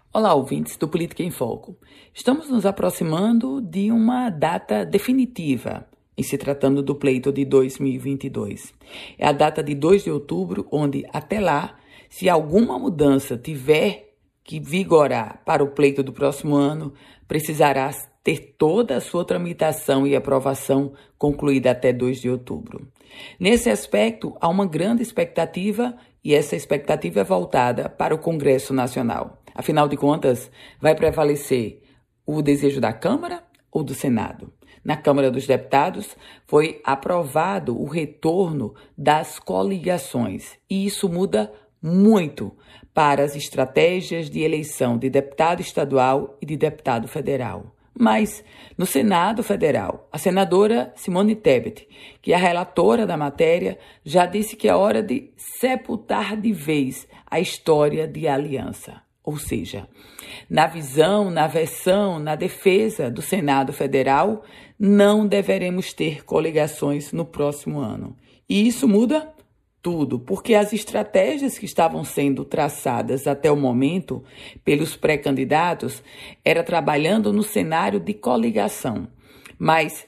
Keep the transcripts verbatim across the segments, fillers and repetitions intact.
Olá, ouvintes do Política em Foco. Estamos nos aproximando de uma data definitiva em se tratando do pleito de dois mil e vinte e dois. É a data de dois de outubro, onde até lá, se alguma mudança tiver que vigorar para o pleito do próximo ano, precisará ter toda a sua tramitação e aprovação concluída até dois de outubro. Nesse aspecto, há uma grande expectativa e essa expectativa é voltada para o Congresso Nacional. Afinal de contas, vai prevalecer o desejo da Câmara ou do Senado? Na Câmara dos Deputados foi aprovado o retorno das coligações e isso muda muito para as estratégias de eleição de deputado estadual e de deputado federal. Mas, no Senado Federal, a senadora Simone Tebet, que é a relatora da matéria, já disse que é hora de sepultar de vez a história de aliança. Ou seja, na visão, na versão, na defesa do Senado Federal, não deveremos ter coligações no próximo ano. E isso muda tudo, porque as estratégias que estavam sendo traçadas até o momento pelos pré-candidatos era trabalhando no cenário de coligação. Mas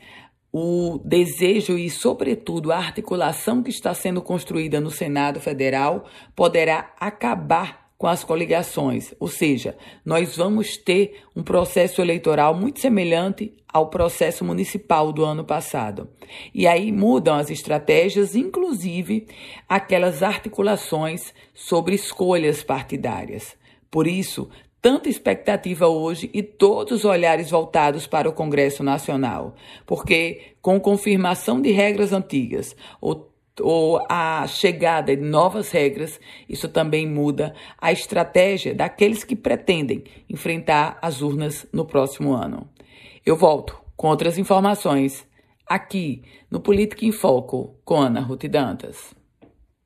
o desejo e, sobretudo, a articulação que está sendo construída no Senado Federal poderá acabar com as coligações, ou seja, nós vamos ter um processo eleitoral muito semelhante ao processo municipal do ano passado. E aí mudam as estratégias, inclusive aquelas articulações sobre escolhas partidárias. Por isso, tanta expectativa hoje e todos os olhares voltados para o Congresso Nacional, porque com confirmação de regras antigas ou ou a chegada de novas regras, isso também muda a estratégia daqueles que pretendem enfrentar as urnas no próximo ano. Eu volto com outras informações aqui no Política em Foco com Ana Ruth Dantas.